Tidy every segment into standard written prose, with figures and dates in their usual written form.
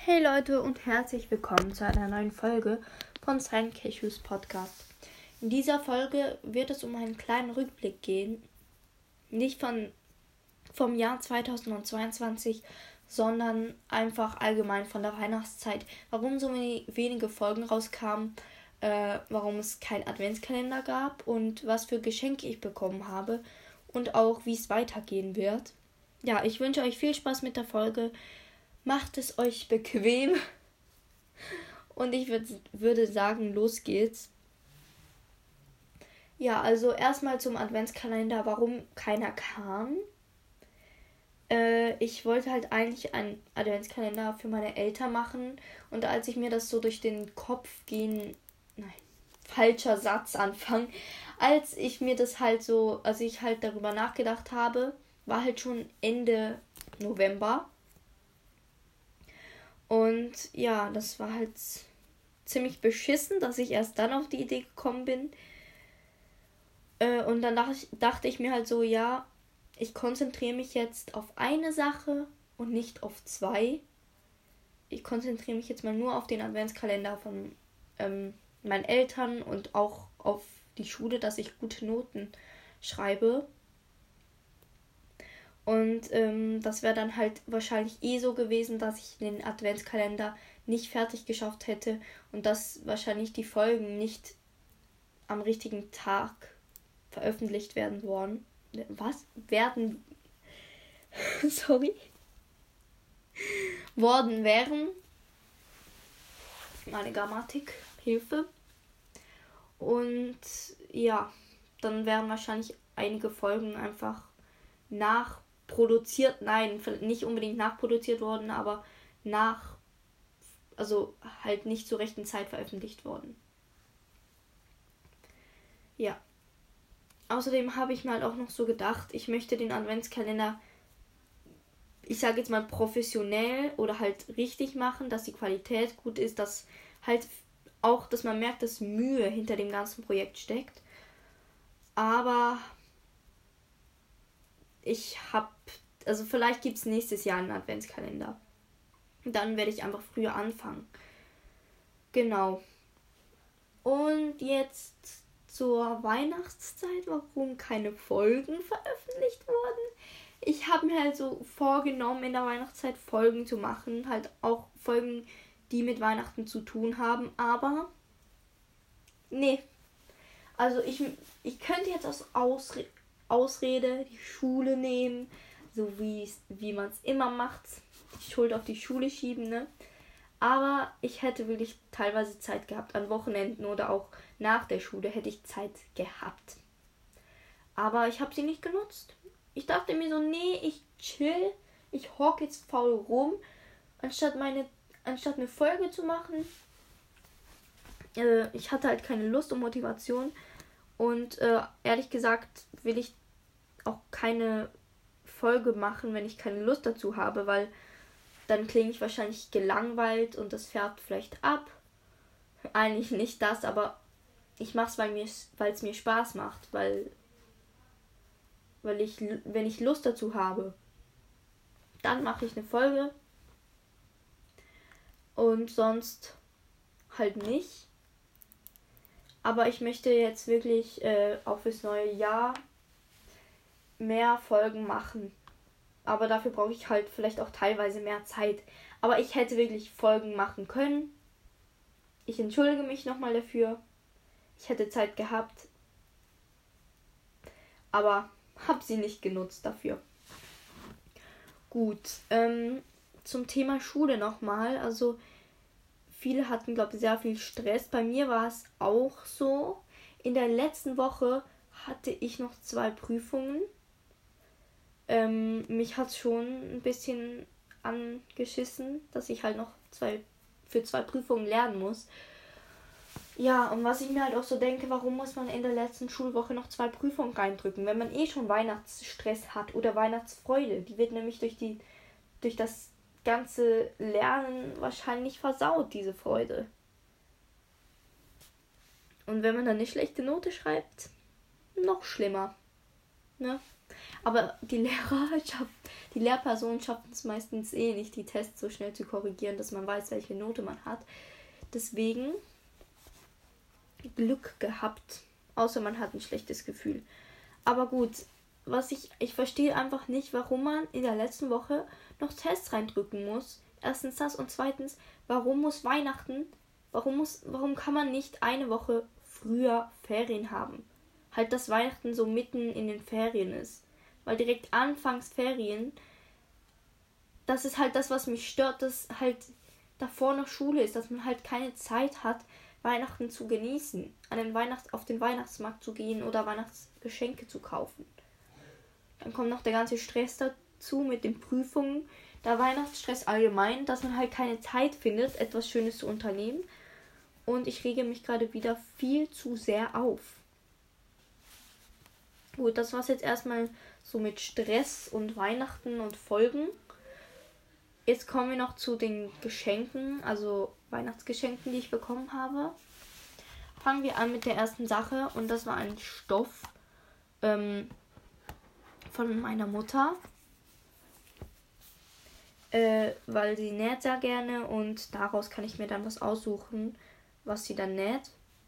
Hey Leute und herzlich willkommen zu einer neuen Folge von Silent Cashews Podcast. In dieser Folge wird es um einen kleinen Rückblick gehen, nicht vom Jahr 2022, sondern einfach allgemein von der Weihnachtszeit, warum so wenige Folgen rauskamen, warum es keinen Adventskalender gab und was für Geschenke ich bekommen habe und auch wie es weitergehen wird. Ja, ich wünsche euch viel Spaß mit der Folge. Macht es euch bequem und ich würde sagen, los geht's. Ja, also erstmal zum Adventskalender, warum keiner kam. Ich wollte halt eigentlich einen Adventskalender für meine Eltern machen und als ich mir das so durch den Kopf falscher Satzanfang, als ich mir das halt so, als ich halt darüber nachgedacht habe, war halt schon Ende November. Und ja, das war halt ziemlich beschissen, dass ich erst dann auf die Idee gekommen bin. Und dann dachte ich mir halt so, ja, ich konzentriere mich jetzt auf eine Sache und nicht auf zwei. Ich konzentriere mich jetzt mal nur auf den Adventskalender von meinen Eltern und auch auf die Schule, dass ich gute Noten schreibe. Und das wäre dann halt wahrscheinlich so gewesen, dass ich den Adventskalender nicht fertig geschafft hätte und dass wahrscheinlich die Folgen nicht am richtigen Tag veröffentlicht werden worden. Worden wären. Meine Grammatik, Hilfe. Und ja, dann wären wahrscheinlich einige Folgen einfach nicht unbedingt nachproduziert worden, aber halt nicht zur rechten Zeit veröffentlicht worden. Ja. Außerdem habe ich mir halt auch noch so gedacht, ich möchte den Adventskalender, ich sage jetzt mal professionell oder halt richtig machen, dass die Qualität gut ist, dass halt auch, dass man merkt, dass Mühe hinter dem ganzen Projekt steckt. Aber vielleicht gibt es nächstes Jahr einen Adventskalender. Dann werde ich einfach früher anfangen. Genau. Und jetzt zur Weihnachtszeit, warum keine Folgen veröffentlicht wurden. Ich habe mir halt so vorgenommen, in der Weihnachtszeit Folgen zu machen. Halt auch Folgen, die mit Weihnachten zu tun haben. Aber nee. Also ich könnte jetzt als Ausrede die Schule nehmen, so wie man es immer macht, die Schuld auf die Schule schieben, ne? Aber ich hätte wirklich teilweise Zeit gehabt, an Wochenenden oder auch nach der Schule hätte ich Zeit gehabt. Aber ich habe sie nicht genutzt. Ich dachte mir so, nee, ich chill, ich hocke jetzt faul rum, anstatt eine Folge zu machen. Ich hatte halt keine Lust und Motivation. Und ehrlich gesagt will ich auch keine Folge machen, wenn ich keine Lust dazu habe, weil dann klinge ich wahrscheinlich gelangweilt und das färbt vielleicht ab. Eigentlich nicht das, aber ich mache es, weil es mir Spaß macht, wenn ich Lust dazu habe, dann mache ich eine Folge und sonst halt nicht. Aber ich möchte jetzt wirklich auch fürs neue Jahr mehr Folgen machen. Aber dafür brauche ich halt vielleicht auch teilweise mehr Zeit. Aber ich hätte wirklich Folgen machen können. Ich entschuldige mich nochmal dafür. Ich hätte Zeit gehabt. Aber habe sie nicht genutzt dafür. Gut. Zum Thema Schule nochmal. Also viele hatten, glaube ich, sehr viel Stress. Bei mir war es auch so. In der letzten Woche hatte ich noch 2 Prüfungen. Mich hat es schon ein bisschen angeschissen, dass ich halt noch für 2 Prüfungen lernen muss. Ja, und was ich mir halt auch so denke, warum muss man in der letzten Schulwoche noch 2 Prüfungen reindrücken, wenn man schon Weihnachtsstress hat oder Weihnachtsfreude. Die wird nämlich durch das ganze Lernen wahrscheinlich versaut, diese Freude. Und wenn man dann eine schlechte Note schreibt, noch schlimmer. Ne? Aber die Lehrpersonen schaffen es meistens nicht, die Tests so schnell zu korrigieren, dass man weiß, welche Note man hat. Deswegen Glück gehabt, außer man hat ein schlechtes Gefühl. Aber gut, ich verstehe einfach nicht, warum man in der letzten Woche noch Tests reindrücken muss. Erstens das und zweitens, warum kann man nicht eine Woche früher Ferien haben? Halt, dass Weihnachten so mitten in den Ferien ist. Weil direkt anfangs Ferien, das ist halt das, was mich stört, dass halt davor noch Schule ist, dass man halt keine Zeit hat, Weihnachten zu genießen, auf den Weihnachtsmarkt zu gehen oder Weihnachtsgeschenke zu kaufen. Dann kommt noch der ganze Stress dazu mit den Prüfungen, der Weihnachtsstress allgemein, dass man halt keine Zeit findet, etwas Schönes zu unternehmen. Und ich rege mich gerade wieder viel zu sehr auf. Gut, das war's jetzt erstmal so mit Stress und Weihnachten und Folgen. Jetzt kommen wir noch zu den Geschenken, also Weihnachtsgeschenken, die ich bekommen habe. Fangen wir an mit der ersten Sache und das war ein Stoff von meiner Mutter. Weil sie näht sehr gerne und daraus kann ich mir dann was aussuchen, was sie dann näht.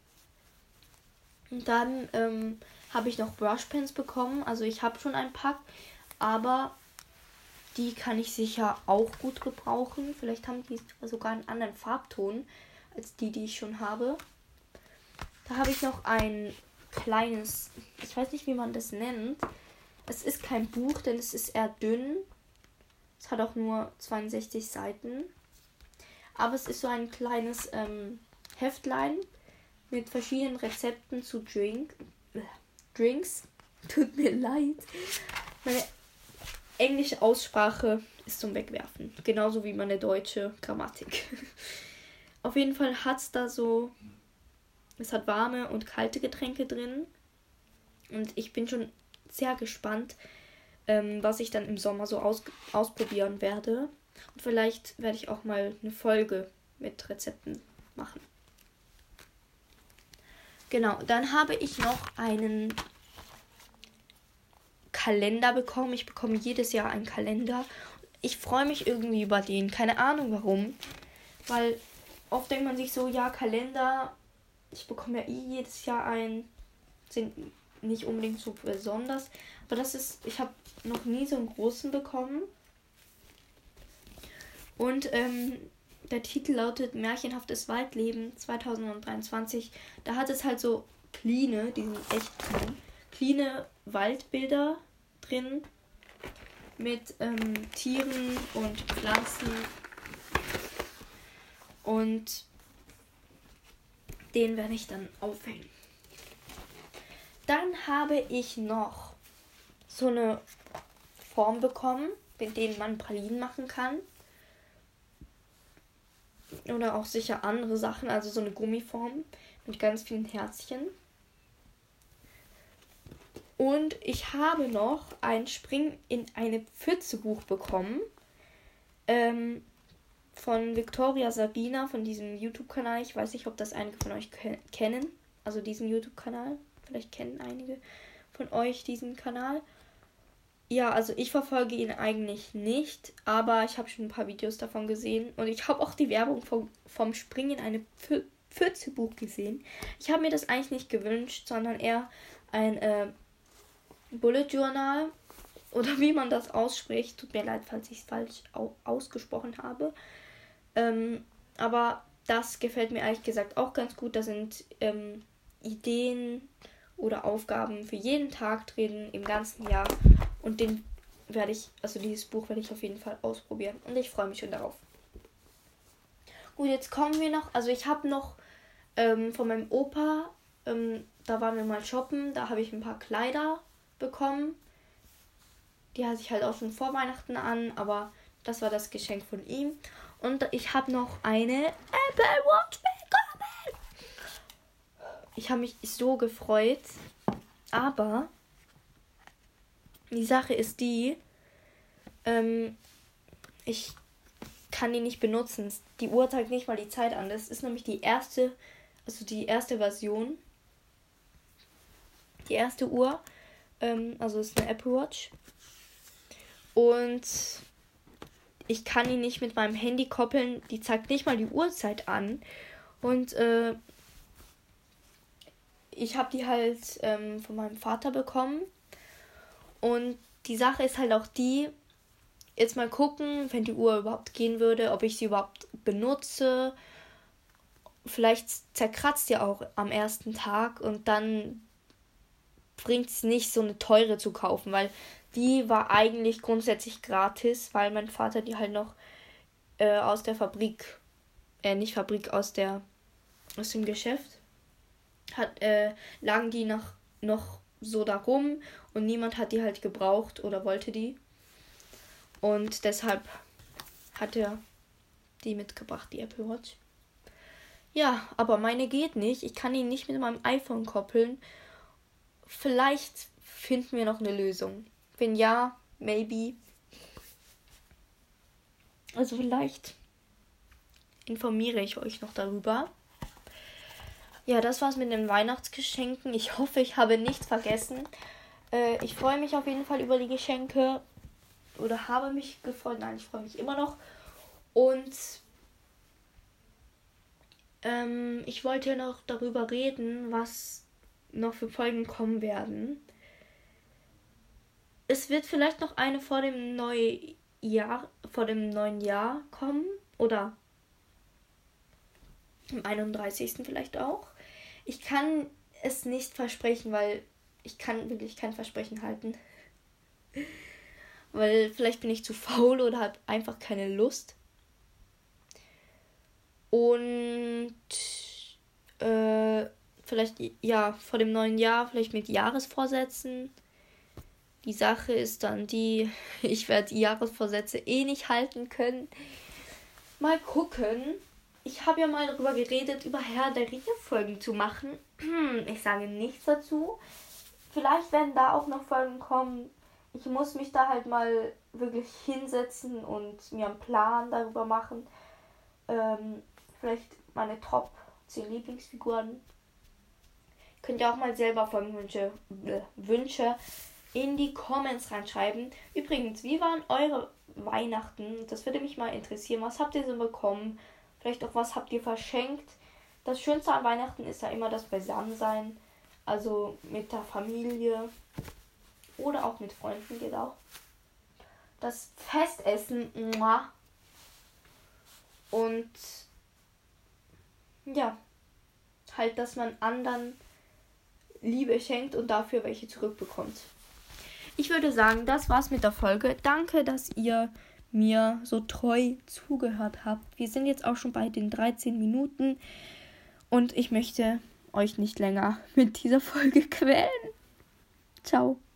Und dann habe ich noch Brushpens bekommen. Also ich habe schon ein Pack, aber die kann ich sicher auch gut gebrauchen. Vielleicht haben die sogar einen anderen Farbton als die ich schon habe. Da habe ich noch ein kleines, ich weiß nicht, wie man das nennt. Es ist kein Buch, denn es ist eher dünn. Es hat auch nur 62 Seiten. Aber es ist so ein kleines Heftlein mit verschiedenen Rezepten zu Drinks. Tut mir leid. Meine englische Aussprache ist zum Wegwerfen. Genauso wie meine deutsche Grammatik. Auf jeden Fall hat es da so... Es hat warme und kalte Getränke drin. Und ich bin schon sehr gespannt, was ich dann im Sommer so ausprobieren werde. Und vielleicht werde ich auch mal eine Folge mit Rezepten machen. Genau, dann habe ich noch einen Kalender bekommen. Ich bekomme jedes Jahr einen Kalender. Ich freue mich irgendwie über den. Keine Ahnung warum. Weil oft denkt man sich so, ja, Kalender, ich bekomme ja jedes Jahr einen. Sind nicht unbedingt so besonders. Aber ich habe noch nie so einen großen bekommen. Und der Titel lautet Märchenhaftes Waldleben 2023. Da hat es halt so die sind echt cleane Waldbilder drin. Mit Tieren und Pflanzen. Und den werde ich dann aufhängen. Dann habe ich noch so eine Form bekommen, mit denen man Pralinen machen kann. Oder auch sicher andere Sachen, also so eine Gummiform mit ganz vielen Herzchen. Und ich habe noch ein Spring in eine Pfütze Buch bekommen. Von Victoria Sabina, von diesem YouTube-Kanal. Ich weiß nicht, ob das einige von euch kennen. Also diesen YouTube-Kanal. Vielleicht kennen einige von euch diesen Kanal. Ja, also ich verfolge ihn eigentlich nicht, aber ich habe schon ein paar Videos davon gesehen. Und ich habe auch die Werbung vom Springen in eine Pfütze Buch gesehen. Ich habe mir das eigentlich nicht gewünscht, sondern eher ein Bullet Journal. Oder wie man das ausspricht. Tut mir leid, falls ich es falsch ausgesprochen habe. Aber das gefällt mir ehrlich gesagt auch ganz gut. Da sind Ideen oder Aufgaben für jeden Tag drin im ganzen Jahr. Und dieses Buch werde ich auf jeden Fall ausprobieren. Und ich freue mich schon darauf. Gut, jetzt kommen wir noch. Also ich habe noch von meinem Opa, da waren wir mal shoppen. Da habe ich ein paar Kleider bekommen. Die hatte ich halt auch schon vor Weihnachten an. Aber das war das Geschenk von ihm. Und ich habe noch eine Apple Watch bekommen. Ich habe mich so gefreut. Aber die Sache ist die, ich kann die nicht benutzen. Die Uhr zeigt nicht mal die Zeit an. Das ist nämlich die erste Version. Die erste Uhr. Also es ist eine Apple Watch. Und ich kann ihn nicht mit meinem Handy koppeln. Die zeigt nicht mal die Uhrzeit an. Und ich habe die halt von meinem Vater bekommen. Und die Sache ist halt auch die, jetzt mal gucken, wenn die Uhr überhaupt gehen würde, ob ich sie überhaupt benutze. Vielleicht zerkratzt die auch am ersten Tag und dann bringt es nicht, so eine teure zu kaufen, weil die war eigentlich grundsätzlich gratis, weil mein Vater die halt noch aus der Fabrik, nicht Fabrik, aus dem Geschäft, lagen die noch so da rum und niemand hat die halt gebraucht oder wollte die. Und deshalb hat er die mitgebracht, die Apple Watch. Ja, aber meine geht nicht. Ich kann ihn nicht mit meinem iPhone koppeln. Vielleicht finden wir noch eine Lösung. Wenn ja, maybe. Also vielleicht informiere ich euch noch darüber. Ja, das war's mit den Weihnachtsgeschenken. Ich hoffe, ich habe nichts vergessen. Ich freue mich auf jeden Fall über die Geschenke. Oder habe mich gefreut. Nein, ich freue mich immer noch. Und ich wollte noch darüber reden, was noch für Folgen kommen werden. Es wird vielleicht noch eine vor dem neuen Jahr kommen. Oder am 31. vielleicht auch. Ich kann es nicht versprechen, weil ich kann wirklich kein Versprechen halten. Weil vielleicht bin ich zu faul oder habe einfach keine Lust. Und vielleicht, ja, vor dem neuen Jahr, vielleicht mit Jahresvorsätzen. Die Sache ist dann die, ich werde die Jahresvorsätze nicht halten können. Mal gucken. Ich habe ja mal darüber geredet, über Herr der Ringe-Folgen zu machen. Ich sage nichts dazu. Vielleicht werden da auch noch Folgen kommen. Ich muss mich da halt mal wirklich hinsetzen und mir einen Plan darüber machen. Vielleicht meine Top 10 Lieblingsfiguren. Könnt ihr auch mal selber Folgenwünsche in die Comments reinschreiben. Übrigens, wie waren eure Weihnachten? Das würde mich mal interessieren. Was habt ihr so bekommen? Vielleicht auch, was habt ihr verschenkt? Das Schönste an Weihnachten ist ja immer das Beisammensein. Also mit der Familie. Oder auch mit Freunden geht auch. Das Festessen. Und ja, halt, dass man anderen Liebe schenkt und dafür welche zurückbekommt. Ich würde sagen, das war's mit der Folge. Danke, dass ihr mir so treu zugehört habt. Wir sind jetzt auch schon bei den 13 Minuten und ich möchte euch nicht länger mit dieser Folge quälen. Ciao.